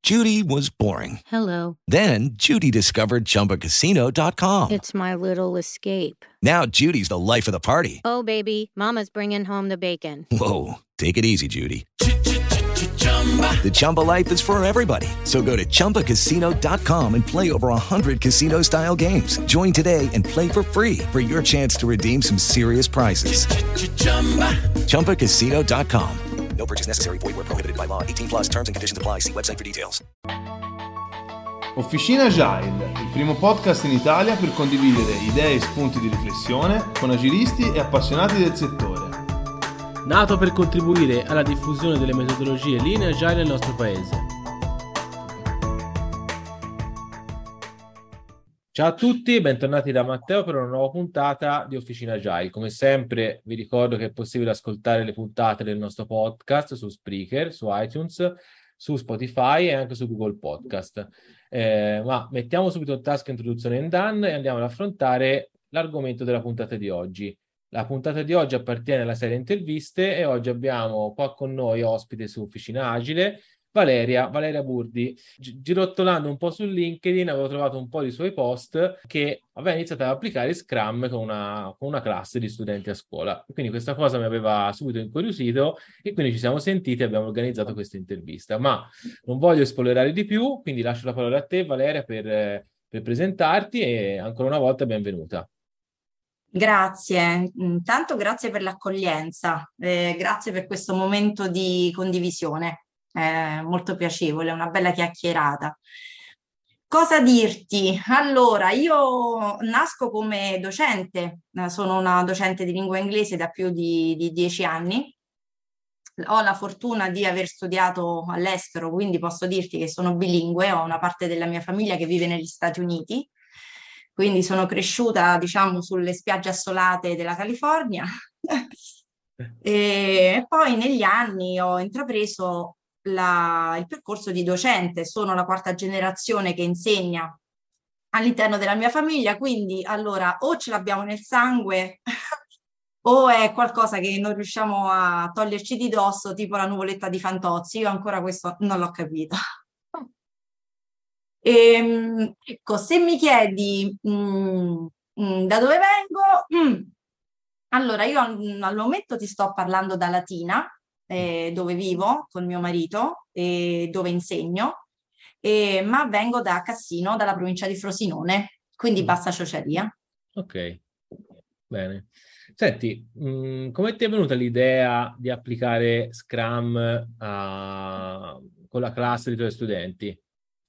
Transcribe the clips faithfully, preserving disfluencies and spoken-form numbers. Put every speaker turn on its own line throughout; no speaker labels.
Judy was boring.
Hello.
Then Judy discovered Chumba Casino dot com.
It's my little escape.
Now Judy's the life of the party.
Oh, baby, mama's bringing home the bacon.
Whoa, take it easy, Judy. The Chumba life is for everybody. So go to Chumba Casino dot com and play over one hundred casino-style games. Join today and play for free for your chance to redeem some serious prizes. Chumba Casino dot com. No purchase necessary. Void where prohibited by law. eighteen plus terms and conditions apply. See website for details.
Officina Agile, il primo podcast in Italia per condividere idee e spunti di riflessione con agilisti e appassionati del settore.
Nato per contribuire alla diffusione delle metodologie Lean e Agile nel nostro paese. Ciao a tutti e bentornati da Matteo per una nuova puntata di Officina Agile. Come sempre vi ricordo che è possibile ascoltare le puntate del nostro podcast su Spreaker, su iTunes, su Spotify e anche su Google Podcast. Eh, ma mettiamo subito il task introduzione and done e andiamo ad affrontare l'argomento della puntata di oggi. La puntata di oggi appartiene alla serie interviste e oggi abbiamo qua con noi ospite su Officina Agile Valeria, Valeria Burdi. Gi- girottolando un po' su LinkedIn avevo trovato un po' di suoi post che aveva iniziato ad applicare Scrum con una, con una classe di studenti a scuola. Quindi questa cosa mi aveva subito incuriosito e quindi ci siamo sentiti e abbiamo organizzato questa intervista. Ma non voglio spoilerare di più, quindi lascio la parola a te Valeria per, per presentarti e ancora una volta benvenuta.
Grazie, intanto grazie per l'accoglienza, eh, grazie per questo momento di condivisione, è molto piacevole, una bella chiacchierata. Cosa dirti? Allora, io nasco come docente, eh, sono una docente di lingua inglese da più di, di dieci anni, ho la fortuna di aver studiato all'estero, quindi posso dirti che sono bilingue, ho una parte della mia famiglia che vive negli Stati Uniti. Quindi sono cresciuta, diciamo, sulle spiagge assolate della California e poi negli anni ho intrapreso la, il percorso di docente. Sono la quarta generazione che insegna all'interno della mia famiglia, quindi allora o ce l'abbiamo nel sangue o è qualcosa che non riusciamo a toglierci di dosso, tipo la nuvoletta di Fantozzi. Io ancora questo non l'ho capito. E, ecco, se mi chiedi mh, mh, da dove vengo, mh, allora io mh, al momento ti sto parlando da Latina, eh, dove vivo con mio marito e dove insegno, eh, ma vengo da Cassino, dalla provincia di Frosinone, quindi Bassa Ciociaria.
Ok, bene. Senti, mh, come ti è venuta l'idea di applicare Scrum a, con la classe dei tuoi studenti?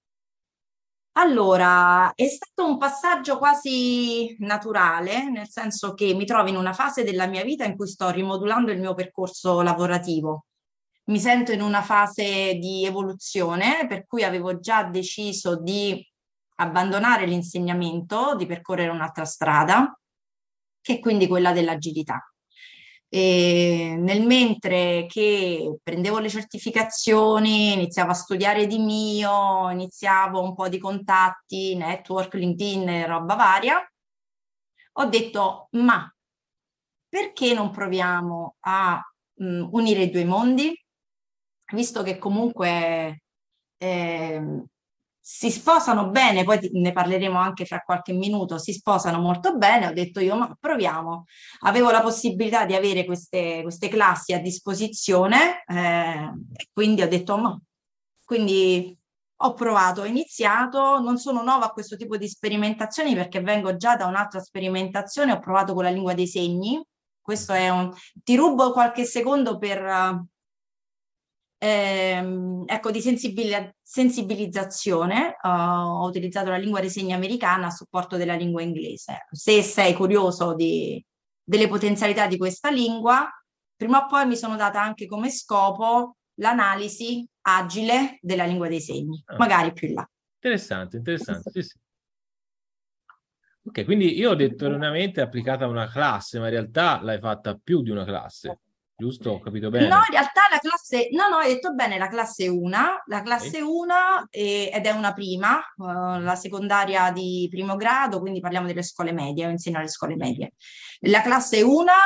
Allora, è stato un passaggio quasi naturale, nel senso che mi trovo in una fase della mia vita in cui sto rimodulando il mio percorso lavorativo. Mi sento in una fase di evoluzione, per cui avevo già deciso di abbandonare l'insegnamento, di percorrere un'altra strada, che è quindi quella dell'agilità. E nel mentre che prendevo le certificazioni, iniziavo a studiare di mio, iniziavo un po' di contatti, network, LinkedIn e roba varia, ho detto ma perché non proviamo a mh, unire i due mondi, visto che comunque eh, si sposano bene, poi ne parleremo anche fra qualche minuto, si sposano molto bene, ho detto io ma proviamo. Avevo la possibilità di avere queste, queste classi a disposizione, eh, quindi ho detto ma. Quindi ho provato, ho iniziato, non sono nuova a questo tipo di sperimentazioni perché vengo già da un'altra sperimentazione, ho provato con la lingua dei segni, questo è un... ti rubo qualche secondo per... Eh, ecco, di sensibil- sensibilizzazione, uh, ho utilizzato la lingua dei segni americana a supporto della lingua inglese. Se sei curioso di, delle potenzialità di questa lingua, prima o poi mi sono data anche come scopo l'analisi agile della lingua dei segni, ah, magari più in là.
Interessante, interessante, sì, sì. Ok, quindi io ho detto erroneamente applicata a una classe, ma in realtà l'hai fatta più di una classe. Giusto? Ho capito bene?
No, in realtà la classe, no, no, hai detto bene, la classe uno, la classe uno eh, ed è una prima, uh, la secondaria di primo grado, quindi parliamo delle scuole medie, io insegno alle scuole medie. La classe uno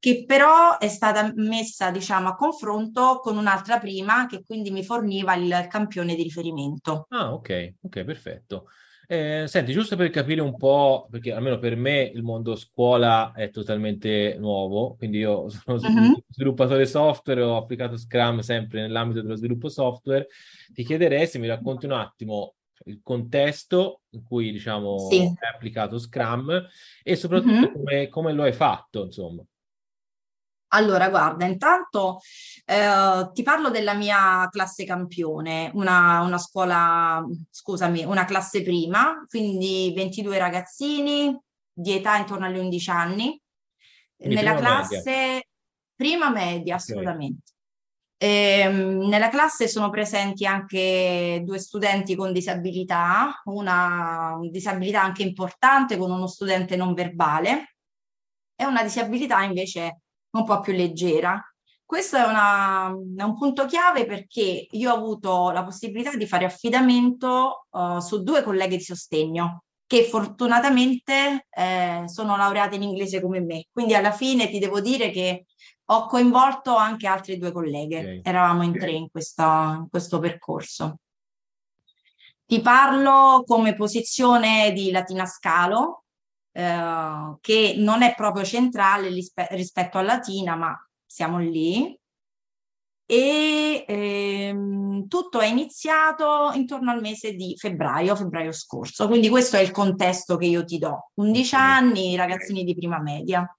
che però è stata messa, diciamo, a confronto con un'altra prima che quindi mi forniva il campione di riferimento.
Ah, ok, ok, perfetto. Eh, senti, giusto per capire un po', perché almeno per me il mondo scuola è totalmente nuovo, quindi io sono
Mhm.
sviluppatore software, ho applicato Scrum sempre nell'ambito dello sviluppo software. Ti chiederei se mi racconti un attimo il contesto in cui, diciamo,
Sì.
è applicato Scrum e soprattutto
Mhm.
come, come lo hai fatto, insomma.
Allora, guarda, intanto eh, ti parlo della mia classe campione, una, una scuola, scusami, una classe prima, quindi ventidue ragazzini di età intorno agli undici anni.
Quindi
Nella
prima media.
classe prima media,
Ok.
assolutamente. Ehm, nella classe sono presenti anche due studenti con disabilità, una disabilità anche importante con uno studente non verbale e una disabilità invece un po' più leggera. Questo è, una- è un punto chiave perché io ho avuto la possibilità di fare affidamento eh, su due colleghe di sostegno che fortunatamente eh, sono laureate in inglese come me. Quindi alla fine ti devo dire che ho coinvolto anche altre due colleghe.
Ok.
Eravamo in tre in questa- in questo percorso. Ti parlo come posizione di Latina Scalo, eh, che non è proprio centrale rispe- rispetto a Latina, ma siamo lì. E ehm, tutto è iniziato intorno al mese di febbraio, febbraio scorso. Quindi questo è il contesto che io ti do. undici
Ok.
anni, ragazzini di prima media.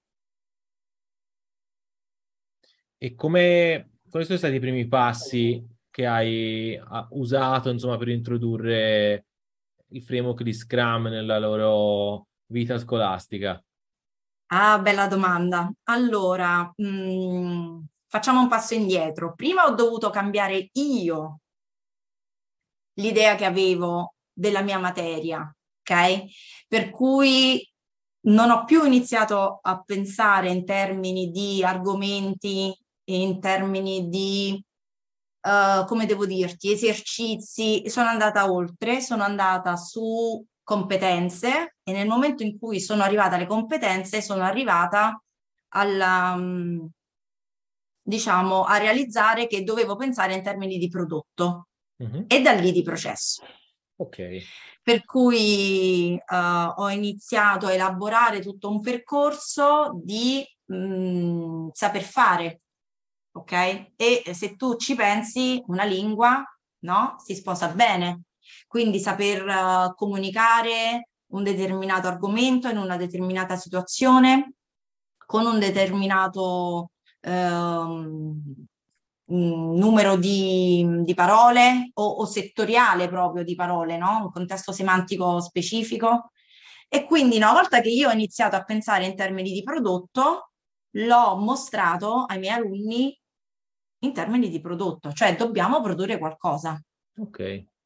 E come, quali sono stati i primi passi che hai ah, usato, insomma, per introdurre il framework di Scrum nella loro vita scolastica?
Ah, bella domanda. Allora, mh, facciamo un passo indietro. Prima ho dovuto cambiare io l'idea che avevo della mia materia, ok? Per cui non ho più iniziato a pensare in termini di argomenti, in termini di, eh, come devo dirti, esercizi. Sono andata oltre, sono andata su competenze e nel momento in cui sono arrivata alle competenze sono arrivata alla, mm, diciamo, a realizzare che dovevo pensare in termini di prodotto
Mhm.
e da lì di processo.
Ok,
Per cui eh, ho iniziato a elaborare tutto un percorso di mh, saper fare, ok? E se tu ci pensi, una lingua, no? Si sposa bene. Quindi saper eh, comunicare un determinato argomento in una determinata situazione con un determinato ehm, mh, numero di, di parole o, o settoriale proprio di parole, no? Un contesto semantico specifico. E quindi una volta che io ho iniziato a pensare in termini di prodotto, l'ho mostrato ai miei alunni in termini di prodotto, cioè dobbiamo produrre qualcosa.
ok,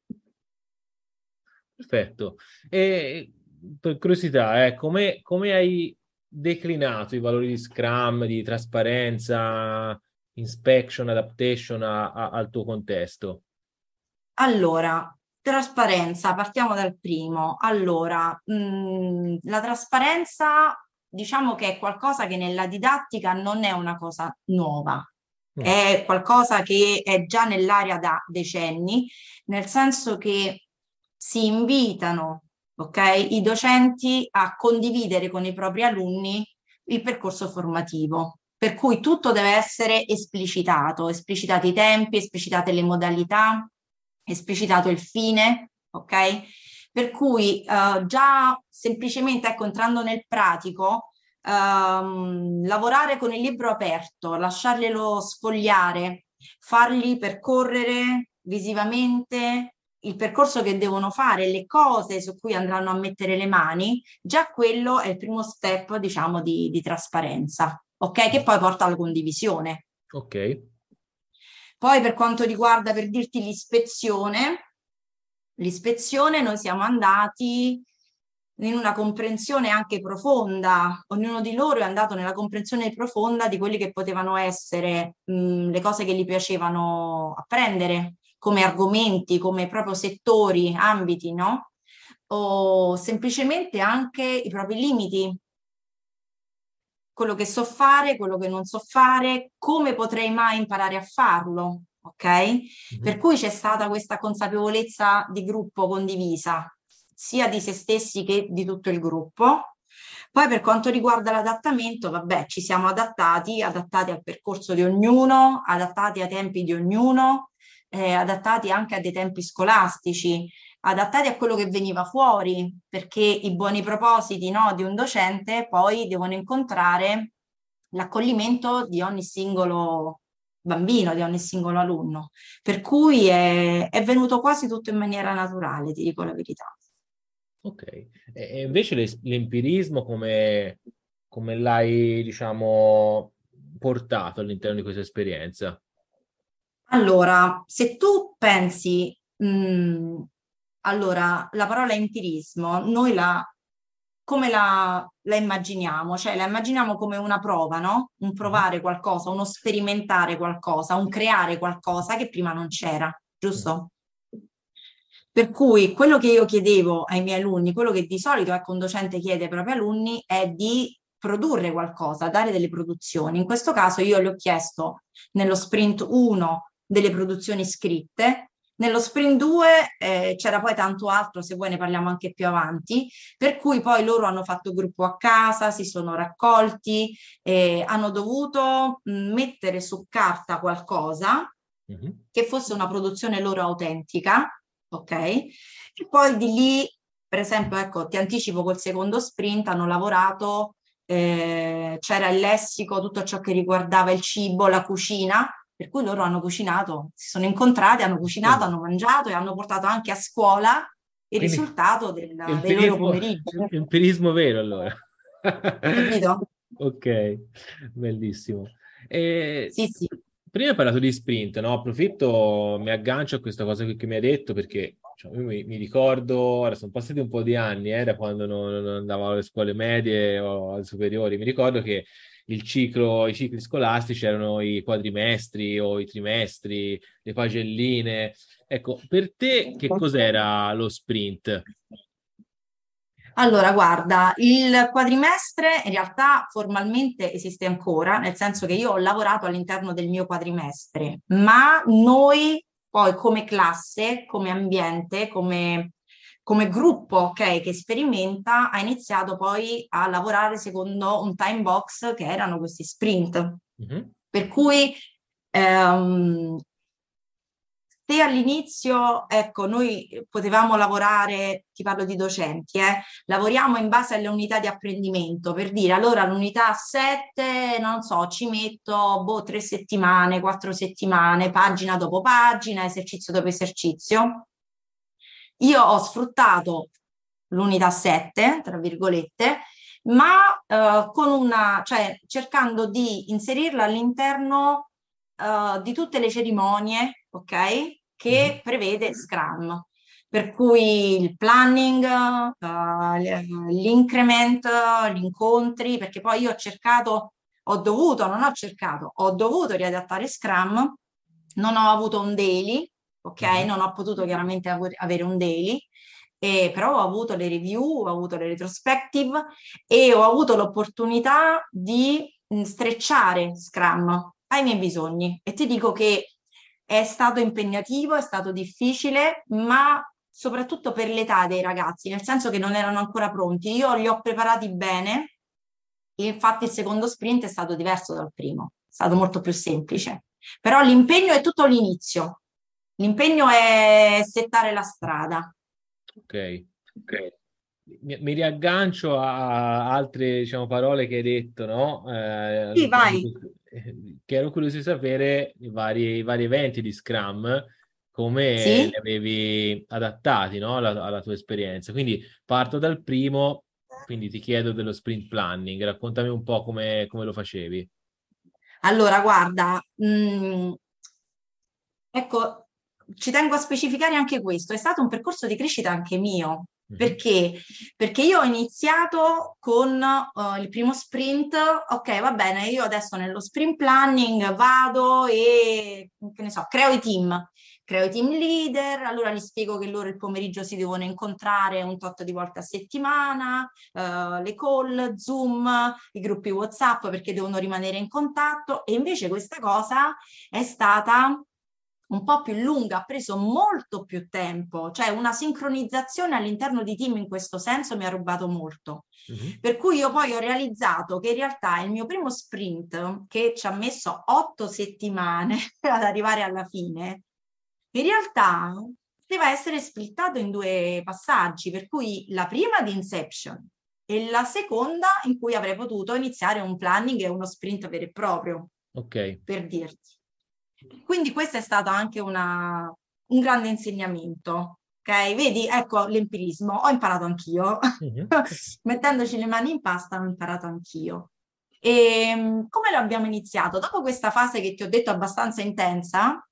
perfetto. E per curiosità, eh, come, come hai declinato i valori di Scrum, di trasparenza, inspection, adaptation a- a- al tuo contesto?
Allora, trasparenza, partiamo dal primo. Allora, mh, la trasparenza, diciamo che è qualcosa che nella didattica non è una cosa nuova,
Mm.
è qualcosa che è già nell'aria da decenni, nel senso che si invitano, ok, i docenti a condividere con i propri alunni il percorso formativo. Per cui tutto deve essere esplicitato, esplicitati i tempi, esplicitate le modalità, esplicitato il fine, ok? Per cui eh, già semplicemente, ecco, entrando nel pratico, ehm, lavorare con il libro aperto, lasciarglielo sfogliare, fargli percorrere visivamente il percorso che devono fare, le cose su cui andranno a mettere le mani, già quello è il primo step, diciamo, di, di trasparenza, ok? Che poi porta alla condivisione.
Ok,
Poi per quanto riguarda, per dirti l'ispezione, l'ispezione noi siamo andati in una comprensione anche profonda, ognuno di loro è andato nella comprensione profonda di quelli che potevano essere mh, le cose che gli piacevano apprendere come argomenti, come proprio settori, ambiti, no? O semplicemente anche i propri limiti. quello che so fare, quello che non so fare, come potrei mai imparare a farlo, ok? Mm-hmm. Per cui c'è stata questa consapevolezza di gruppo condivisa, sia di se stessi che di tutto il gruppo. Poi per quanto riguarda l'adattamento, vabbè, ci siamo adattati, adattati al percorso di ognuno, adattati ai tempi di ognuno, eh, adattati anche a dei tempi scolastici, adattati a quello che veniva fuori, perché i buoni propositi, no, di un docente poi devono incontrare l'accoglimento di ogni singolo bambino, di ogni singolo alunno. Per cui è, è venuto quasi tutto in maniera naturale, ti dico la verità.
Ok, e invece l'empirismo come, come l'hai, diciamo, portato all'interno di questa esperienza?
Allora, se tu pensi, mh, allora, la parola empirismo, noi la, come la, la immaginiamo? Cioè la immaginiamo come una prova, no? Un provare qualcosa, uno sperimentare qualcosa, un creare qualcosa che prima non c'era, giusto? Per cui quello che io chiedevo ai miei alunni, quello che di solito ecco, un docente chiede ai propri alunni è di produrre qualcosa, dare delle produzioni. In questo caso io gli ho chiesto nello sprint uno delle produzioni scritte, nello sprint due eh, c'era poi tanto altro, se vuoi ne parliamo anche più avanti, per cui poi loro hanno fatto gruppo a casa, si sono raccolti, eh, hanno dovuto mh, mettere su carta qualcosa mm-hmm. che fosse una produzione loro autentica, ok? E poi di lì, per esempio, ecco, ti anticipo col secondo sprint, hanno lavorato, eh, c'era il lessico, tutto ciò che riguardava il cibo, la cucina, per cui loro hanno cucinato, si sono incontrati, hanno cucinato, hanno mangiato e hanno portato anche a scuola il Quindi, risultato del, dei loro pomeriggi.
Empirismo vero, allora.
Capito?
Ok, bellissimo. E...
Sì, sì.
Prima hai parlato di sprint, no? Approfitto, mi aggancio a questa cosa che mi hai detto perché cioè, io mi, mi ricordo, ora sono passati un po' di anni eh, da quando non, non andavo alle scuole medie o alle superiori, mi ricordo che il ciclo, i cicli scolastici erano i quadrimestri o i trimestri, le pagelline. Ecco, per te che cos'era lo sprint?
Allora, guarda, il quadrimestre in realtà formalmente esiste ancora, nel senso che io ho lavorato all'interno del mio quadrimestre, ma noi poi come classe, come ambiente, come, come gruppo, ok, che sperimenta, ha iniziato poi a lavorare secondo un time box che erano questi sprint. Mm-hmm. Per cui ehm, se all'inizio, ecco, noi potevamo lavorare, ti parlo di docenti, eh, lavoriamo in base alle unità di apprendimento, per dire, allora l'unità sette, non so, ci metto, boh, tre settimane, quattro settimane, pagina dopo pagina, esercizio dopo esercizio. Io ho sfruttato l'unità sette, tra virgolette, ma eh, con una, cioè cercando di inserirla all'interno Uh, di tutte le cerimonie, ok, che mm-hmm. prevede Scrum, per cui il planning, uh, l'increment, gli incontri, perché poi io ho cercato, ho dovuto, non ho cercato, ho dovuto riadattare Scrum, non ho avuto un daily, ok, mm-hmm. non ho potuto chiaramente av- avere un daily, eh, però ho avuto le review, ho avuto le retrospective e ho avuto l'opportunità di mh, strecciare Scrum ai miei bisogni, e ti dico che è stato impegnativo, è stato difficile, ma soprattutto per l'età dei ragazzi, nel senso che non erano ancora pronti. Io li ho preparati bene, infatti il secondo sprint è stato diverso dal primo, è stato molto più semplice, però l'impegno è tutto l'inizio, l'impegno è settare la strada.
Ok, ok. Mi, mi riaggancio a altre, diciamo, parole che hai detto, no? Eh,
sì, vai.
Che ero curioso di sapere i vari, i vari eventi di Scrum, come
sì?
li avevi adattati, no? alla, alla tua esperienza. Quindi parto dal primo, quindi ti chiedo dello sprint planning, raccontami un po' come, come lo facevi.
Allora, guarda, mh, ecco, ci tengo a specificare anche questo, è stato un percorso di crescita anche mio. Perché? Perché io ho iniziato con uh, il primo sprint, ok, va bene, io adesso nello sprint planning vado e, che ne so, creo i team. creo i team leader, allora gli spiego che loro il pomeriggio si devono incontrare un tot di volte a settimana, uh, le call, Zoom, i gruppi WhatsApp perché devono rimanere in contatto, e invece questa cosa è stata un po' più lunga, ha preso molto più tempo, cioè una sincronizzazione all'interno di team in questo senso mi ha rubato molto. Mm-hmm. Per cui io poi ho realizzato che in realtà il mio primo sprint, che ci ha messo otto settimane ad arrivare alla fine, in realtà deve essere splittato in due passaggi, per cui la prima di Inception e la seconda in cui avrei potuto iniziare un planning e uno sprint vero e proprio,
ok,
per dirti. Quindi questo è stato anche una, un grande insegnamento, ok? Vedi, ecco l'empirismo, ho imparato anch'io, mm-hmm. Mettendoci le mani in pasta ho imparato anch'io. E come lo abbiamo iniziato? Dopo questa fase che ti ho detto abbastanza intensa,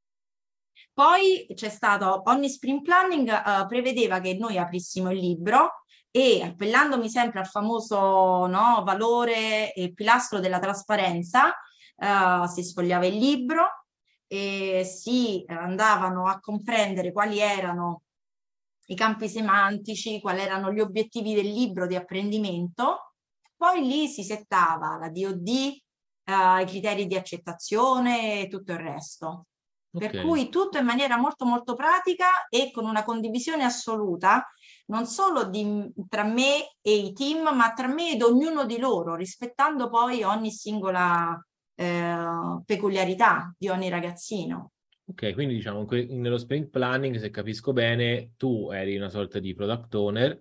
poi c'è stato, ogni sprint planning uh, prevedeva che noi aprissimo il libro e, appellandomi sempre al famoso no, valore e pilastro della trasparenza, uh, si sfogliava il libro e si andavano a comprendere quali erano i campi semantici, quali erano gli obiettivi del libro di apprendimento, poi lì si settava la D O D, uh, i criteri di accettazione e tutto il resto. Okay. Per cui tutto in maniera molto molto pratica e con una condivisione assoluta, non solo di, tra me e i team, ma tra me ed ognuno di loro, rispettando poi ogni singola eh, peculiarità di ogni ragazzino.
Ok, quindi diciamo nello sprint planning, se capisco bene, tu eri una sorta di product owner.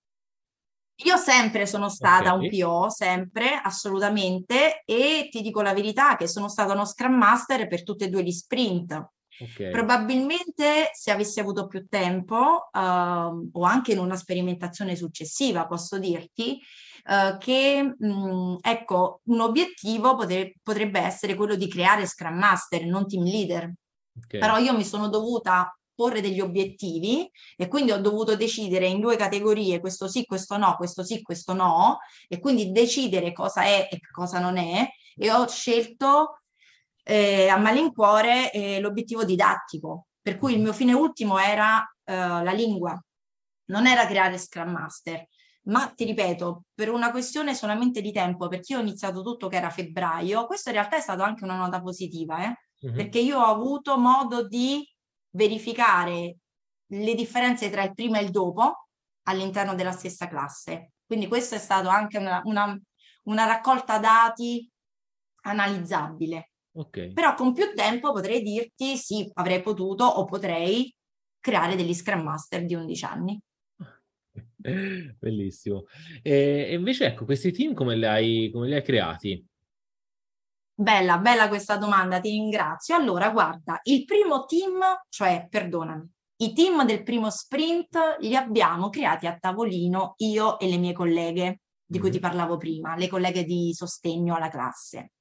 Io sempre sono stata okay. un P O, sempre, assolutamente, e ti dico la verità che sono stata uno Scrum Master per tutti e due gli sprint. Okay. Probabilmente se avessi avuto più tempo, uh, o anche in una sperimentazione successiva, posso dirti, uh, che mh, ecco, un obiettivo potre- potrebbe essere quello di creare Scrum Master, non Team Leader. Okay. Però io mi sono dovuta porre degli obiettivi e quindi ho dovuto decidere in due categorie, questo sì, questo no, questo sì, questo no, e quindi decidere cosa è e cosa non è, e ho scelto eh, a malincuore eh, l'obiettivo didattico, per cui il mio fine ultimo era eh, la lingua, non era creare Scrum Master, ma ti ripeto, per una questione solamente di tempo, perché io ho iniziato tutto che era febbraio, questo in realtà è stato anche una nota positiva, eh? Mm-hmm. Perché io ho avuto modo di verificare le differenze tra il prima e il dopo all'interno della stessa classe. Quindi questo è stato anche una, una, una raccolta dati analizzabile. Okay. Però con più tempo potrei dirti sì, avrei potuto o potrei creare degli Scrum Master di undici anni.
Bellissimo. E invece ecco, questi team come li hai, come li hai creati?
Bella, bella questa domanda, ti ringrazio. Allora, guarda, il primo team, cioè, perdonami, i team del primo sprint li abbiamo creati a tavolino io e le mie colleghe, di mm-hmm. cui ti parlavo prima, le colleghe di sostegno alla classe.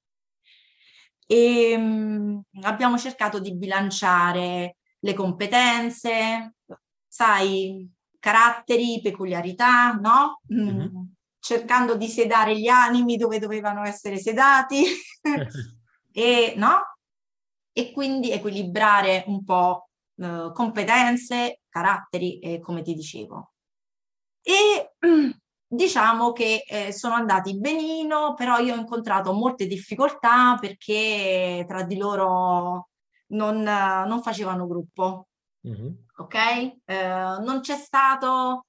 E um, abbiamo cercato di bilanciare le competenze, sai, caratteri, peculiarità, no? Mm-hmm. Cercando di sedare gli animi dove dovevano essere sedati e, no? E quindi equilibrare un po' eh, competenze, caratteri, eh, come ti dicevo. E diciamo che eh, sono andati benino, però io ho incontrato molte difficoltà perché tra di loro non, non facevano gruppo, mm-hmm. ok? Eh, non c'è stato...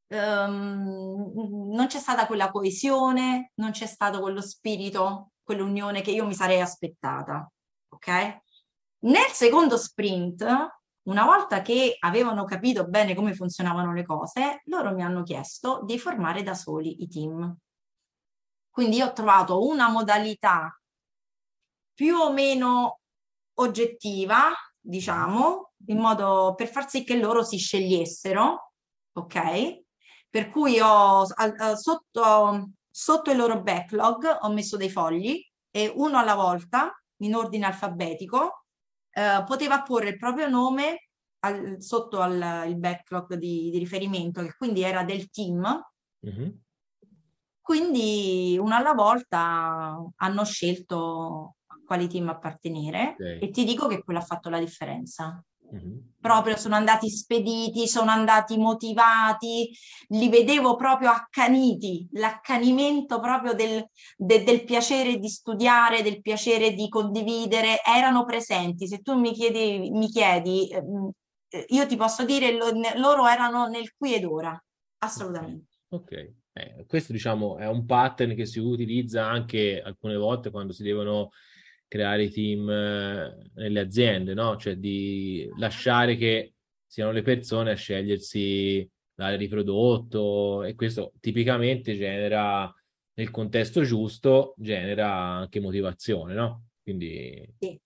Um, non c'è stata quella coesione, non c'è stato quello spirito, quell'unione che io mi sarei aspettata, ok? Nel secondo sprint, una volta che avevano capito bene come funzionavano le cose, loro mi hanno chiesto di formare da soli i team. Quindi io ho trovato una modalità più o meno oggettiva, diciamo, in modo per far sì che loro si scegliessero, ok? Per cui ho sotto, sotto il loro backlog ho messo dei fogli e uno alla volta, in ordine alfabetico, eh, poteva porre il proprio nome al, sotto al il backlog di, di riferimento, che quindi era del team. Mm-hmm. Quindi uno alla volta hanno scelto a quali team appartenere, okay. E ti dico che quello ha fatto la differenza.
Mm-hmm.
Proprio sono andati spediti, sono andati motivati, li vedevo proprio accaniti, l'accanimento proprio del, de, del piacere di studiare, del piacere di condividere, erano presenti. Se tu mi chiedi, mi chiedi eh, io ti posso dire, lo, loro erano nel qui ed ora, assolutamente.
Ok, okay. Eh, questo diciamo è un pattern che si utilizza anche alcune volte quando si devono creare i team eh, nelle aziende, no? Cioè di lasciare che siano le persone a scegliersi l'area di prodotto, e questo tipicamente genera, nel contesto giusto, genera anche motivazione, no? Quindi...
Sì.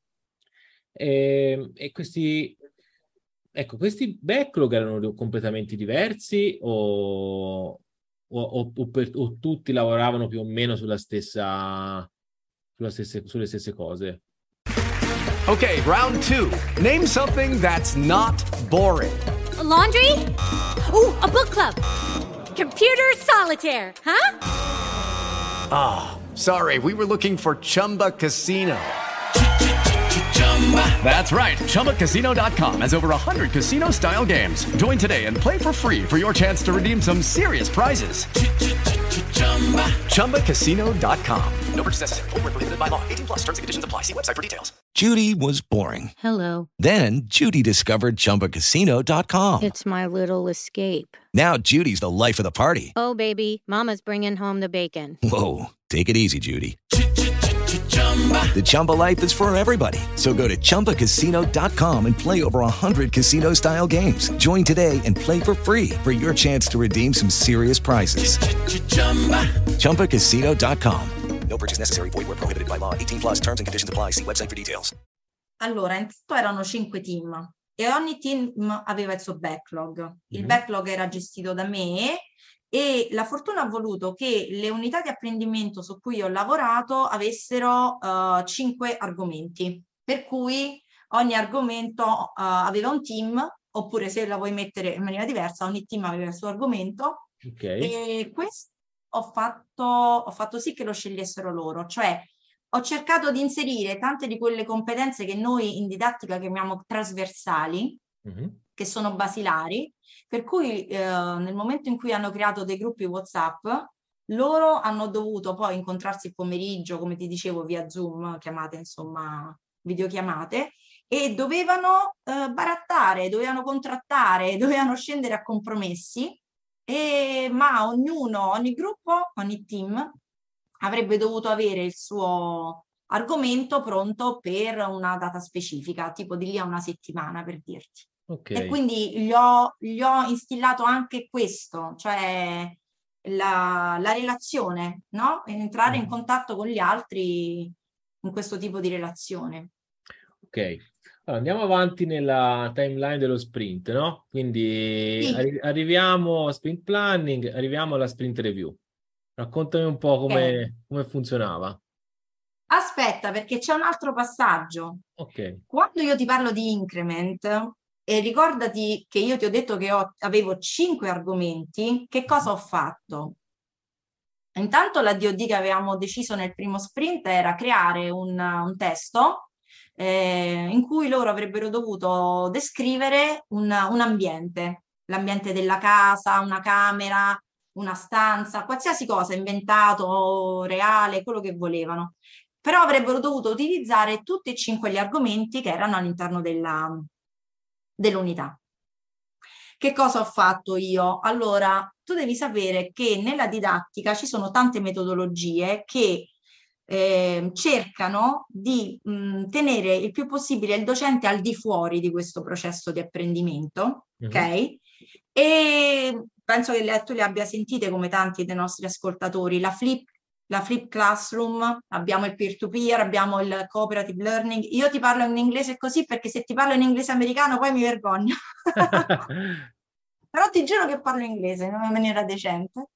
E, e questi... Ecco, questi backlog erano completamente diversi o, o, o, o per, o tutti lavoravano più o meno sulla stessa, sulla stesse, sulle stesse cose?
Okay, round two. Name something that's not boring.
A laundry? Ooh, a book club. Computer solitaire, huh?
Ah, oh, sorry, we were looking for Chumba Casino. That's right. Chumba Casino dot com has over one hundred casino-style games. Join today and play for free for your chance to redeem some serious prizes. Chumba Casino dot com. No purchase necessary. Void where prohibited by law. eighteen plus terms and conditions apply. See website for details.
Judy was boring.
Hello.
Then Judy discovered Chumba Casino dot com.
It's my little escape.
Now Judy's the life of the party.
Oh, baby, mama's bringing home the bacon.
Whoa, take it easy, Judy. The Chumba life is for everybody. So go to Chumba Casino dot com and play over one hundred casino-style games. Join today and play for free for your chance to redeem some serious prizes. Chumba Casino dot com. No purchase necessary. Void where prohibited by law. eighteen plus terms and conditions apply. See website for details.
Allora, intanto erano cinque team e ogni team aveva il suo backlog. Il
Mm-hmm.
backlog era gestito da me e la fortuna ha voluto che le unità di apprendimento su cui ho lavorato avessero uh, cinque argomenti, per cui ogni argomento uh, aveva un team, oppure se la vuoi mettere in maniera diversa, ogni team aveva il suo argomento.
Okay.
E questo ho fatto, ho fatto sì che lo scegliessero loro, cioè ho cercato di inserire tante di quelle competenze che noi in didattica chiamiamo trasversali,
Mm-hmm.
che sono basilari, per cui eh, nel momento in cui hanno creato dei gruppi WhatsApp, loro hanno dovuto poi incontrarsi il pomeriggio, come ti dicevo, via Zoom, chiamate insomma, videochiamate, e dovevano eh, barattare, dovevano contrattare, dovevano scendere a compromessi, e, ma ognuno, ogni gruppo, ogni team avrebbe dovuto avere il suo argomento pronto per una data specifica, tipo di lì a una settimana, per dirti.
Okay.
E quindi gli ho, gli ho instillato anche questo, cioè la, la relazione, no? Entrare in contatto con gli altri in questo tipo di relazione.
Ok, allora, andiamo avanti nella timeline dello sprint, no? Quindi
Sì.
arri- arriviamo a sprint planning, arriviamo alla sprint review. Raccontami un po' come, come funzionava.
Aspetta, perché c'è un altro passaggio.
Ok.
Quando io ti parlo di increment, e ricordati che io ti ho detto che ho, avevo cinque argomenti, che cosa ho fatto? Intanto la D O D che avevamo deciso nel primo sprint era creare un, un testo eh, in cui loro avrebbero dovuto descrivere un, un ambiente, l'ambiente della casa, una camera, una stanza, qualsiasi cosa, inventato, reale, quello che volevano. Però avrebbero dovuto utilizzare tutti e cinque gli argomenti che erano all'interno della, dell'unità. Che cosa ho fatto io? Allora, tu devi sapere che nella didattica ci sono tante metodologie che eh, cercano di mh, tenere il più possibile il docente al di fuori di questo processo di apprendimento,
Mhm.
ok? E penso che le, tu le abbia sentite come tanti dei nostri ascoltatori, la flip la flip classroom, abbiamo il peer-to-peer, abbiamo il cooperative learning. Io ti parlo in inglese così perché se ti parlo in inglese americano poi mi vergogno. Però ti giuro che parlo inglese in una maniera decente.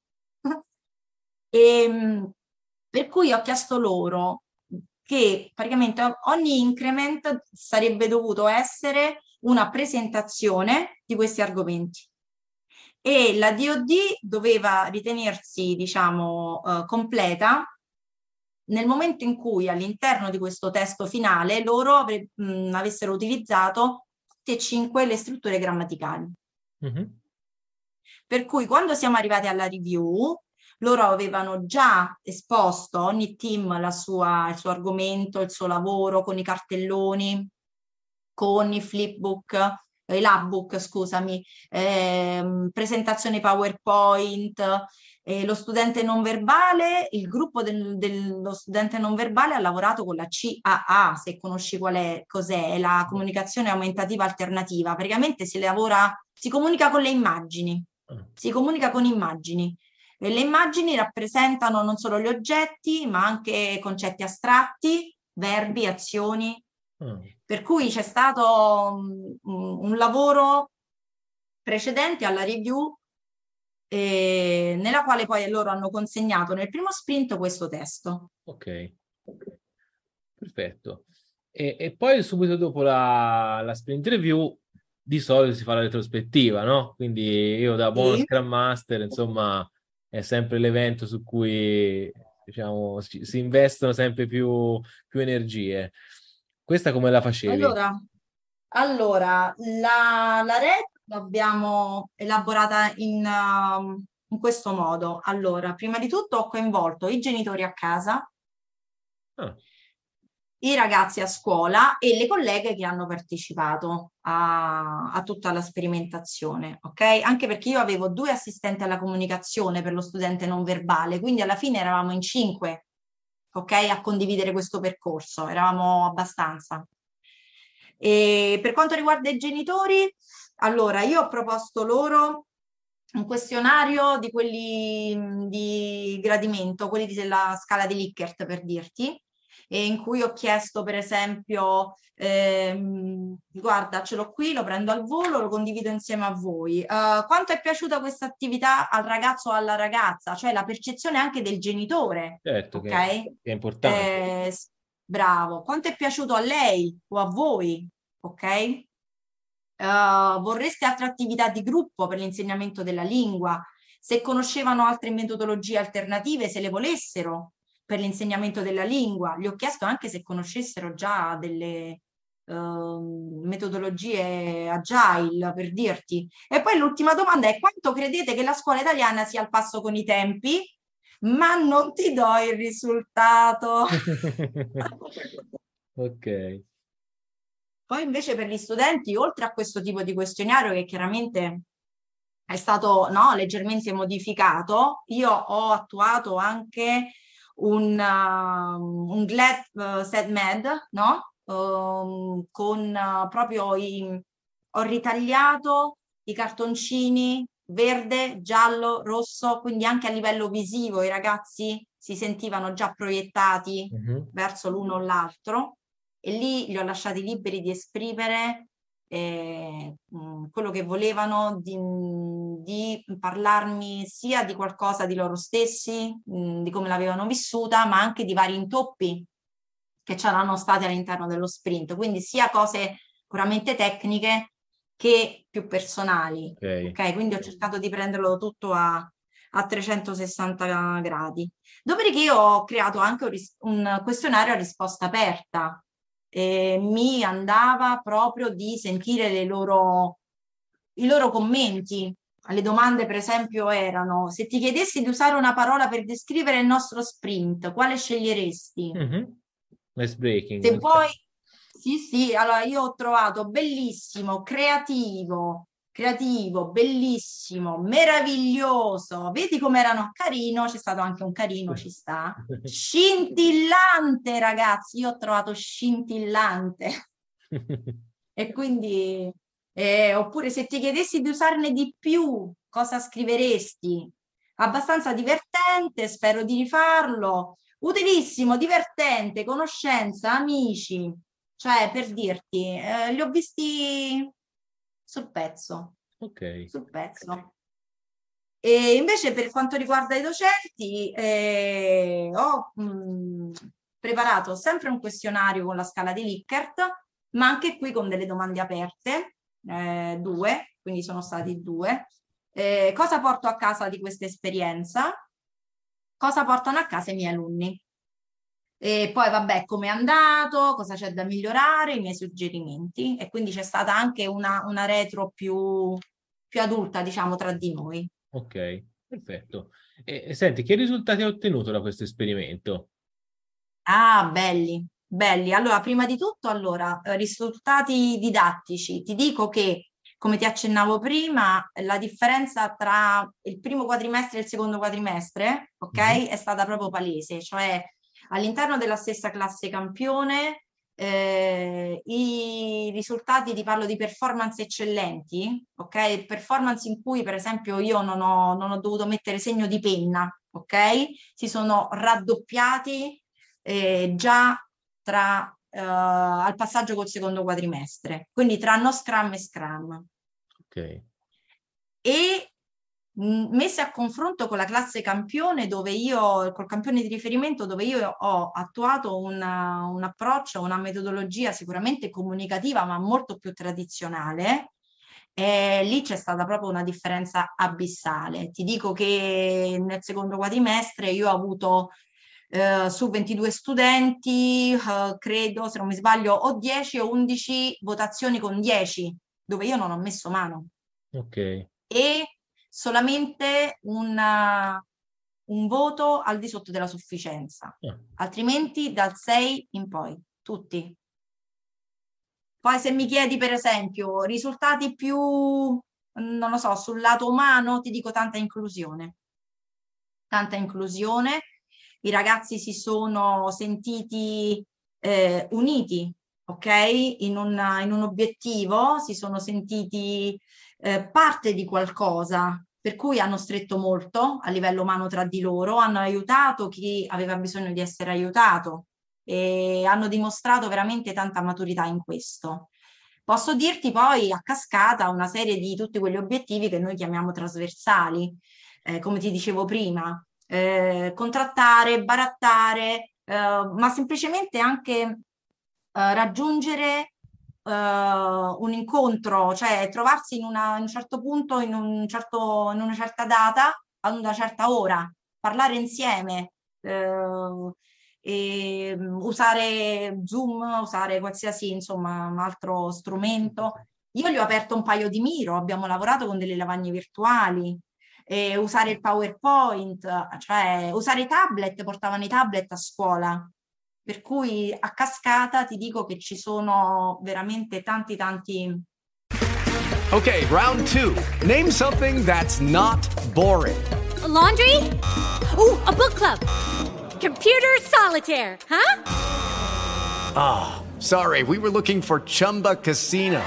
E, per cui ho chiesto loro che praticamente ogni increment sarebbe dovuto essere una presentazione di questi argomenti. E la D O D doveva ritenersi, diciamo, eh, completa nel momento in cui all'interno di questo testo finale loro avre- mh, avessero utilizzato tutte e cinque le strutture grammaticali.
Mm-hmm.
Per cui quando siamo arrivati alla review, loro avevano già esposto ogni team la sua, il suo argomento, il suo lavoro con i cartelloni, con i flipbook, i labbook, scusami, ehm, presentazioni PowerPoint. Eh, lo studente non verbale, il gruppo del, dello studente non verbale ha lavorato con la C A A, se conosci qual è, cos'è, è la comunicazione aumentativa alternativa. Praticamente si lavora, si comunica con le immagini, si comunica con immagini. E le immagini rappresentano non solo gli oggetti, ma anche concetti astratti, verbi, azioni. Mm. Per cui c'è stato um, un lavoro precedente alla review eh, nella quale poi loro hanno consegnato nel primo sprint questo testo.
Ok, perfetto. E, e poi subito dopo la, la sprint review di solito si fa la retrospettiva, no? Quindi io da buon
Sì.
Scrum Master, insomma, è sempre l'evento su cui, diciamo, si, si investono sempre più, più energie. Questa come la facevi?
Allora, allora la, la ret l'abbiamo elaborata in, uh, in questo modo. Allora, prima di tutto ho coinvolto i genitori a casa,
ah.
i ragazzi a scuola e le colleghe che hanno partecipato a, a tutta la sperimentazione, ok? Anche perché io avevo due assistenti alla comunicazione per lo studente non verbale, quindi alla fine eravamo in cinque, ok? A condividere questo percorso, eravamo abbastanza. E per quanto riguarda i genitori, allora io ho proposto loro un questionario di quelli di gradimento, quelli della scala di Likert per dirti, e in cui ho chiesto per esempio, ehm, guarda ce l'ho qui, lo prendo al volo, lo condivido insieme a voi. Uh, quanto è piaciuta questa attività al ragazzo o alla ragazza? Cioè la percezione anche del genitore,
certo,
ok?
Che, che è importante.
Eh, bravo. Quanto è piaciuto a lei o a voi, ok? Uh, vorreste altre attività di gruppo per l'insegnamento della lingua? Se conoscevano altre metodologie alternative, se le volessero per l'insegnamento della lingua. Gli ho chiesto anche se conoscessero già delle uh, metodologie agile, per dirti. E poi l'ultima domanda è: quanto credete che la scuola italiana sia al passo con i tempi? Ma non ti do il risultato.
Ok.
Poi invece per gli studenti, oltre a questo tipo di questionario che chiaramente è stato no, leggermente modificato, io ho attuato anche un, uh, un Glad uh, Set Med, no? Um, con uh, proprio i... ho ritagliato i cartoncini verde, giallo, rosso, quindi anche a livello visivo i ragazzi si sentivano già proiettati mm-hmm. verso l'uno o l'altro. E lì li ho lasciati liberi di esprimere eh, mh, quello che volevano, di, di parlarmi sia di qualcosa di loro stessi, mh, di come l'avevano vissuta, ma anche di vari intoppi che c'erano stati all'interno dello sprint, quindi sia cose puramente tecniche che più personali.
Okay.
Okay? Quindi ho cercato di prenderlo tutto a, a trecentosessanta gradi. Dopodiché io ho creato anche un, ris- un questionario a risposta aperta. E mi andava proprio di sentire le loro, i loro commenti. Le domande per esempio erano: se ti chiedessi di usare una parola per descrivere il nostro sprint, quale sceglieresti?
Mm-hmm. Ice breaking.
Se vuoi, sì sì, allora io ho trovato bellissimo, creativo, creativo, bellissimo, meraviglioso, vedi come erano carino, c'è stato anche un carino, ci sta, scintillante ragazzi, io ho trovato scintillante e quindi eh, oppure se ti chiedessi di usarne di più cosa scriveresti? Abbastanza divertente, spero di rifarlo, utilissimo, divertente, conoscenza, amici, cioè per dirti eh, li ho visti sul pezzo,
ok,
sul pezzo. E invece per quanto riguarda i docenti eh, ho mh, preparato sempre un questionario con la scala di Likert, ma anche qui con delle domande aperte, eh, due, quindi sono stati due. Eh, cosa porto a casa di questa esperienza? Cosa portano a casa i miei alunni? E poi vabbè, come è andato, cosa c'è da migliorare, i miei suggerimenti. E quindi c'è stata anche una, una retro più, più adulta, diciamo, tra di noi.
Ok, perfetto. E, e senti, che risultati hai ottenuto da questo esperimento?
Ah, belli, belli. Allora, prima di tutto, allora, eh, risultati didattici. Ti dico che, come ti accennavo prima, la differenza tra il primo quadrimestre e il secondo quadrimestre, ok,
Mhm.
è stata proprio palese. Cioè, all'interno della stessa classe campione, eh, i risultati, ti parlo di performance eccellenti, ok? Performance in cui, per esempio, io non ho, non ho dovuto mettere segno di penna, ok? Si sono raddoppiati eh, già tra, eh, al passaggio col secondo quadrimestre, quindi tra no scrum e scrum.
Ok.
E mh, messe a confronto con la classe campione, dove io, col campione di riferimento, dove io ho attuato una, un approccio, una metodologia sicuramente comunicativa, ma molto più tradizionale. E lì c'è stata proprio una differenza abissale. Ti dico che nel secondo quadrimestre io ho avuto eh, su ventidue studenti, eh, credo, se non mi sbaglio, o dieci o undici votazioni con dieci, dove io non ho messo mano.
Ok.
E solamente una- un voto al di sotto della sufficienza,
Ah,
altrimenti dal sei in poi, tutti. Poi se mi chiedi per esempio risultati più, non lo so, sul lato umano, ti dico tanta inclusione. Tanta inclusione, i ragazzi si sono sentiti eh, uniti, ok? In un, in un obiettivo, si sono sentiti eh, parte di qualcosa, per cui hanno stretto molto a livello umano tra di loro, hanno aiutato chi aveva bisogno di essere aiutato e hanno dimostrato veramente tanta maturità in questo. Posso dirti poi a cascata una serie di tutti quegli obiettivi che noi chiamiamo trasversali, eh, come ti dicevo prima, eh, contrattare, barattare, eh, ma semplicemente anche eh, raggiungere eh, un incontro, cioè trovarsi in, una, in un certo punto, in, un certo, in una certa data, ad una certa ora, parlare insieme, eh, e mm, usare Zoom, usare qualsiasi insomma altro strumento. Io gli ho aperto un paio di Miro, abbiamo lavorato con delle lavagne virtuali, eh, usare il PowerPoint, cioè usare i tablet, portavano i tablet a scuola. Per cui a cascata ti dico che ci sono veramente tanti tanti.
Okay, round two. Name something that's not boring.
A laundry? Ooh, a book club. Computer solitaire, huh?
Ah, sorry, we were looking for Chumba Casino.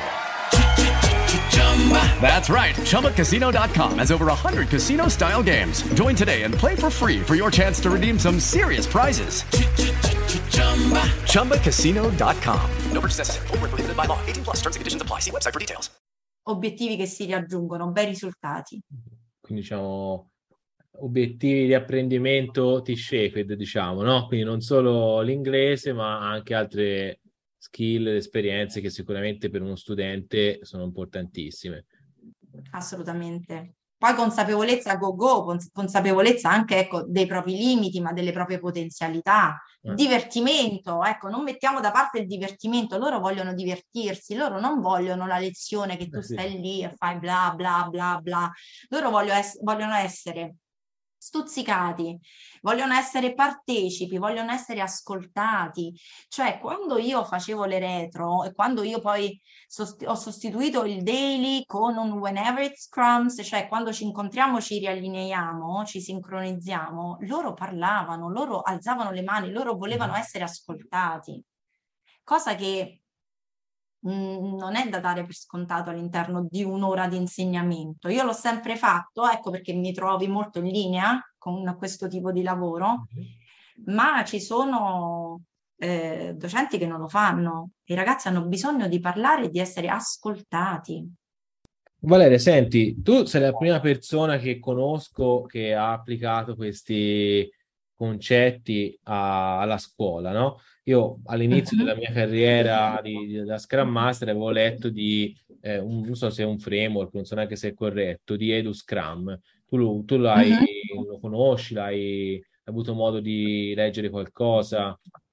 That's right. Chumba Casino dot com has over one hundred casino-style games. Join today and play for free for your chance to redeem some serious prizes. Chumba Casino dot com. No purchase necessary. Void where prohibited by law. eighteen plus terms and conditions apply. See website for details.
Obiettivi che si raggiungono, bei risultati.
quindi diciamo obiettivi di apprendimento T-shaped, diciamo, no? Quindi non solo l'inglese, ma anche altre skill, esperienze che sicuramente per uno studente sono importantissime.
Assolutamente. Poi consapevolezza go go, cons- consapevolezza anche ecco, dei propri limiti, ma delle proprie potenzialità.
Eh.
Divertimento, ecco, non mettiamo da parte il divertimento, loro vogliono divertirsi, loro non vogliono la lezione che tu
Eh sì.
stai lì e fai bla bla bla bla, loro voglio ess- vogliono essere stuzzicati, vogliono essere partecipi, vogliono essere ascoltati. Cioè, quando io facevo le retro e quando io poi sost- ho sostituito il daily con un whenever it scrums, cioè quando ci incontriamo ci riallineiamo, ci sincronizziamo, loro parlavano, loro alzavano le mani, loro volevano essere ascoltati. Cosa che mh, non è da dare per scontato all'interno di un'ora di insegnamento. Io l'ho sempre fatto, ecco perché mi trovi molto in linea con questo tipo di lavoro, ma ci sono eh, docenti che non lo fanno. I ragazzi hanno bisogno di parlare e di essere ascoltati.
Valeria, senti, tu sei la prima persona che conosco che ha applicato questi concetti a- alla scuola, no? Io all'inizio
Mhm.
della mia carriera di, di- da Scrum Master avevo letto di, eh, un, non so se è un framework, non so neanche se è corretto, di Edu Scrum. Tu, lo, tu l'hai,
Mhm.
lo conosci, l'hai hai avuto modo di leggere qualcosa?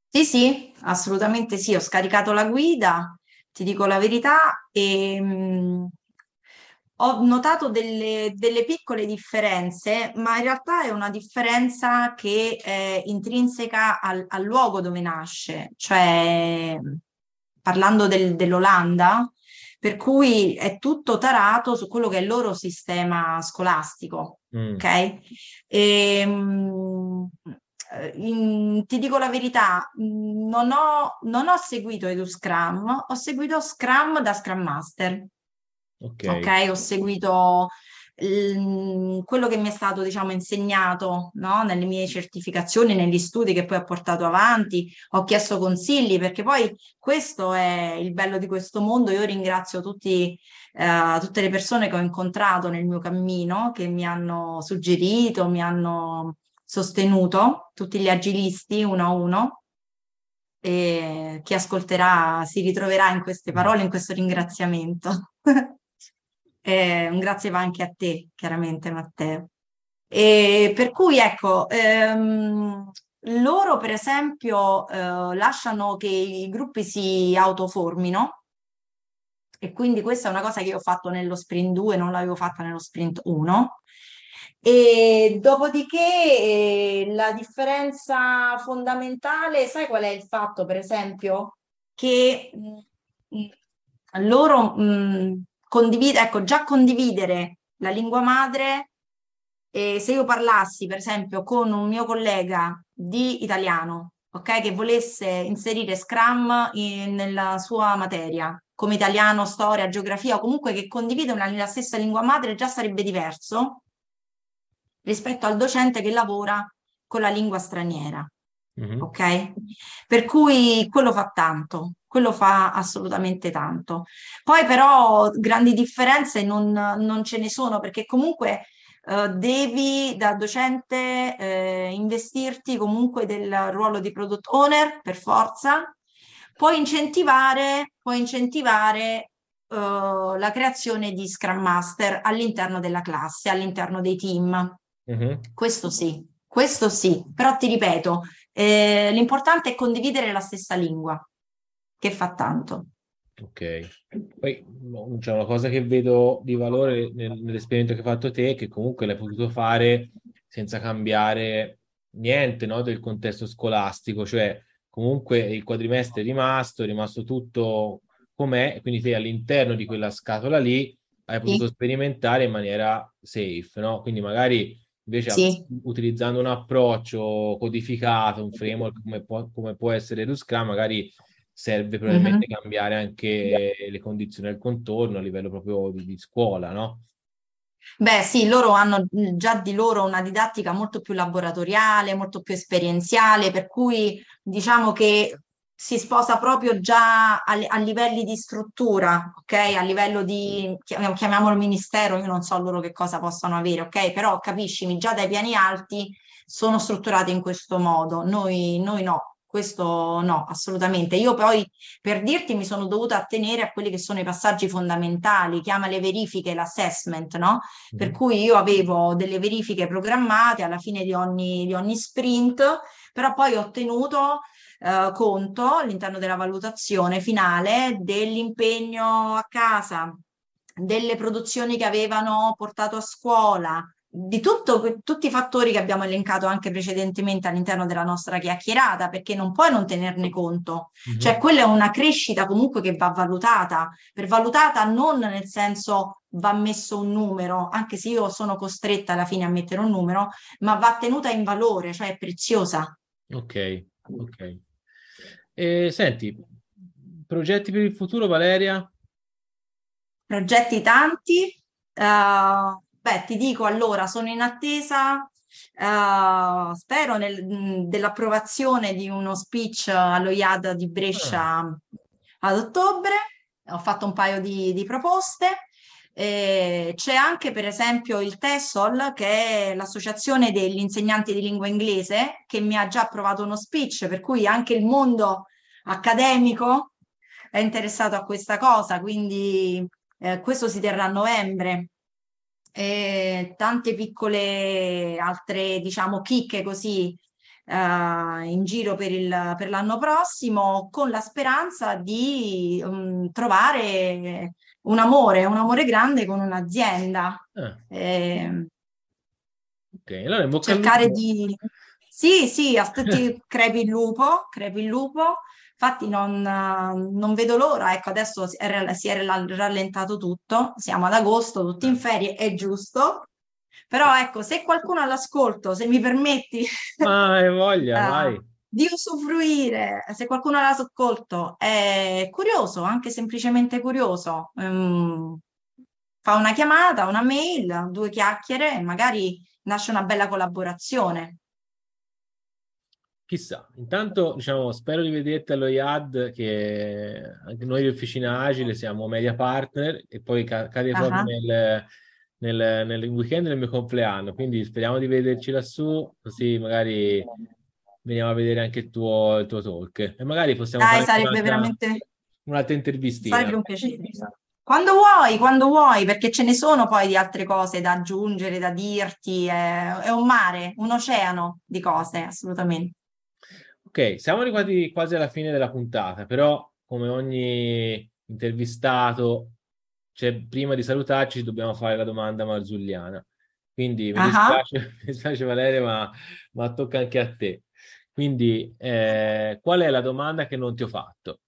Sì, sì, assolutamente sì, ho scaricato la guida, ti dico la verità, e mh, ho notato delle, delle piccole differenze, ma in realtà è una differenza che è intrinseca al, al luogo dove nasce, cioè parlando del- dell'Olanda, per cui è tutto tarato su quello che è il loro sistema scolastico,
Mm,
ok? E, mh, eh, in- ti dico la verità, mh, non ho, non ho seguito Edu Scrum, ho seguito Scrum da Scrum Master. Ok,
ok.
ho seguito il- quello che mi è stato, diciamo, insegnato, no? Nelle mie certificazioni, negli studi che poi ho portato avanti, ho chiesto consigli perché poi questo è il bello di questo mondo. Io ringrazio tutti, eh, tutte le persone che ho incontrato nel mio cammino, che mi hanno suggerito, mi hanno sostenuto, tutti gli agilisti uno a uno. E chi ascolterà si ritroverà in queste
Mm.
parole, in questo ringraziamento. Eh, un grazie va anche a te, chiaramente, Matteo. E per cui, ecco, ehm, loro, per esempio, eh, lasciano che i gruppi si autoformino e quindi questa è una cosa che io ho fatto nello sprint due, non l'avevo fatta nello sprint uno. E dopodiché eh, la differenza fondamentale, sai qual è il fatto, per esempio, che mh, mh, loro mh, condivide, ecco, già condividere la lingua madre, e se io parlassi, per esempio, con un mio collega di italiano, ok, che volesse inserire Scrum in- nella sua materia, come italiano, storia, geografia, o comunque che condivide una, la stessa lingua madre, già sarebbe diverso rispetto al docente che lavora con la lingua straniera.
Mhm.
Ok? Per cui quello fa tanto, quello fa assolutamente tanto. Poi però grandi differenze non, non ce ne sono perché comunque eh, devi da docente eh, investirti comunque del ruolo di product owner per forza, puoi incentivare, puoi incentivare eh, la creazione di Scrum Master all'interno della classe, all'interno dei team.
Mhm.
Questo sì, questo sì, però ti ripeto, eh, l'importante è condividere la stessa lingua, che fa tanto.
Ok. Poi no, c'è una cosa che vedo di valore nel- nell'esperimento che hai fatto te, che comunque l'hai potuto fare senza cambiare niente, no, del contesto scolastico, cioè comunque il quadrimestre è rimasto, è rimasto tutto com'è, e quindi te all'interno di quella scatola lì hai potuto
Sì,
sperimentare in maniera safe, no? Quindi magari invece a-
sì.
utilizzando un approccio codificato, un framework come può, come può essere lo Scrum, magari serve probabilmente
Mhm.
cambiare anche le condizioni del contorno a livello proprio di, di scuola, no?
Beh, sì, loro hanno mh, già di loro una didattica molto più laboratoriale, molto più esperienziale, per cui diciamo che si sposa proprio già a, a livelli di struttura, ok? A livello di, chiam- chiamiamolo ministero, io non so loro che cosa possano avere, ok? Però capiscimi, già dai piani alti sono strutturate in questo modo, noi, noi no. Questo no, assolutamente. Io poi, per dirti, mi sono dovuta attenere a quelli che sono i passaggi fondamentali, chiama le verifiche, l'assessment, no? Per
Mhm.
cui io avevo delle verifiche programmate alla fine di ogni, di ogni sprint, però poi ho tenuto eh, conto all'interno della valutazione finale dell'impegno a casa, delle produzioni che avevano portato a scuola, di tutto, tutti i fattori che abbiamo elencato anche precedentemente all'interno della nostra chiacchierata, perché non puoi non tenerne conto. Cioè,
Mhm.
quella è una crescita comunque che va valutata, per valutata non nel senso va messo un numero, anche se io sono costretta alla fine a mettere un numero, ma va tenuta in valore, cioè è preziosa.
Ok, ok. E senti, progetti per il futuro, Valeria?
Progetti tanti. Eh, beh, ti dico allora, sono in attesa, eh, spero nel- mh, dell'approvazione di uno speech allo I A D di
Ah,
Brescia ad ottobre. Ho fatto un paio di, di proposte. Eh, c'è anche, per esempio, il TESOL, che è l'associazione degli insegnanti di lingua inglese, che mi ha già approvato uno speech, per cui anche il mondo accademico è interessato a questa cosa, quindi eh, questo si terrà a novembre. E tante piccole altre, diciamo, chicche così uh, in giro per, il, per l'anno prossimo, con la speranza di um, trovare un amore, un amore grande con un'azienda.
Ah.
Eh,
ok, allora in bocca al
cercare
lupo.
di... Sì, sì, a tutti crepi il lupo, crepi il lupo. Infatti non, non vedo l'ora, ecco, adesso si è, si è rallentato tutto, siamo ad agosto, tutti in ferie, è giusto, però ecco, se qualcuno all'ascolto, se mi permetti
Ma hai voglia,
uh,
vai.
di usufruire, se qualcuno all'ascolto è curioso, anche semplicemente curioso, um, fa una chiamata, una mail, due chiacchiere e magari nasce una bella collaborazione.
Chissà, intanto diciamo spero di vederti allo I A D, che anche noi di Officina Agile siamo media partner e poi ca- cade proprio
Uh-huh.
nel, nel, nel weekend del mio compleanno, quindi speriamo di vederci lassù, così magari veniamo a vedere anche il tuo, il tuo talk e magari possiamo
Dai,
fare anche
sarebbe
un'altra,
veramente...
un'altra intervistina.
Sarebbe un piacere. Quando vuoi, quando vuoi, perché ce ne sono poi di altre cose da aggiungere, da dirti, è, è un mare, un oceano di cose, assolutamente.
Ok, siamo arrivati quasi alla fine della puntata, però come ogni intervistato, cioè, prima di salutarci dobbiamo fare la domanda marzulliana. Quindi mi
Uh-huh.
dispiace, mi dispiace Valeria, ma, ma tocca anche a te. Quindi eh, qual è la domanda che non ti ho fatto?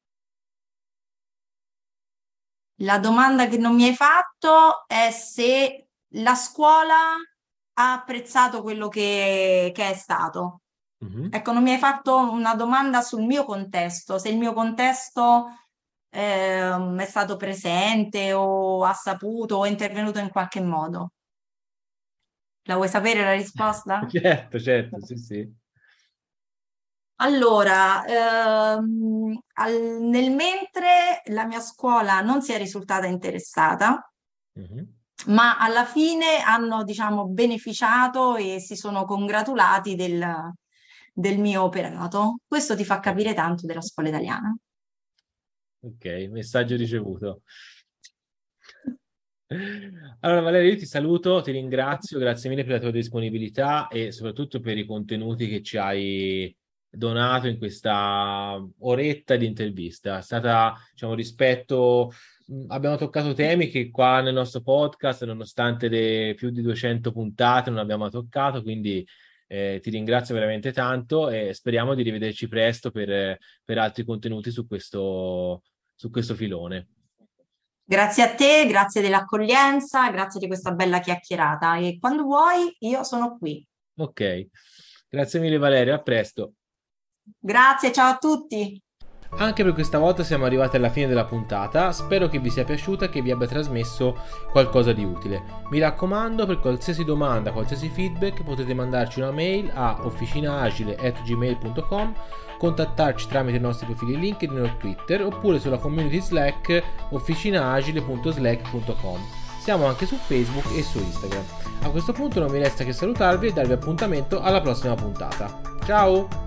La domanda che non mi hai fatto è se la scuola ha apprezzato quello che, che è stato.
Mm-hmm.
Ecco, non mi hai fatto una domanda sul mio contesto, se il mio contesto ehm, è stato presente o ha saputo o è intervenuto in qualche modo. La vuoi sapere la risposta?
Certo, certo, sì, sì.
Allora, ehm, al- nel mentre la mia scuola non si è risultata interessata,
Mm-hmm.
ma alla fine hanno, diciamo, beneficiato e si sono congratulati del, del mio operato. Questo ti fa capire tanto della scuola italiana.
Ok, messaggio ricevuto. Allora Valeria, io ti saluto, ti ringrazio, grazie mille per la tua disponibilità e soprattutto per i contenuti che ci hai donato in questa oretta di intervista. È stata, diciamo, rispetto, abbiamo toccato temi che qua nel nostro podcast, nonostante le più di duecento puntate, non abbiamo toccato, quindi eh, ti ringrazio veramente tanto e speriamo di rivederci presto per, per altri contenuti su questo, su questo filone.
Grazie a te, grazie dell'accoglienza, grazie di questa bella chiacchierata e quando vuoi io sono qui.
Ok, grazie mille Valeria, a presto.
Grazie, ciao a tutti.
Anche per questa volta siamo arrivati alla fine della puntata, spero che vi sia piaciuta e che vi abbia trasmesso qualcosa di utile. Mi raccomando, per qualsiasi domanda, qualsiasi feedback potete mandarci una mail a officinaagile chiocciola gmail punto com, contattarci tramite i nostri profili LinkedIn o Twitter oppure sulla community Slack officinaagile punto slack punto com. Siamo anche su Facebook e su Instagram. A questo punto non mi resta che salutarvi e darvi appuntamento alla prossima puntata. Ciao!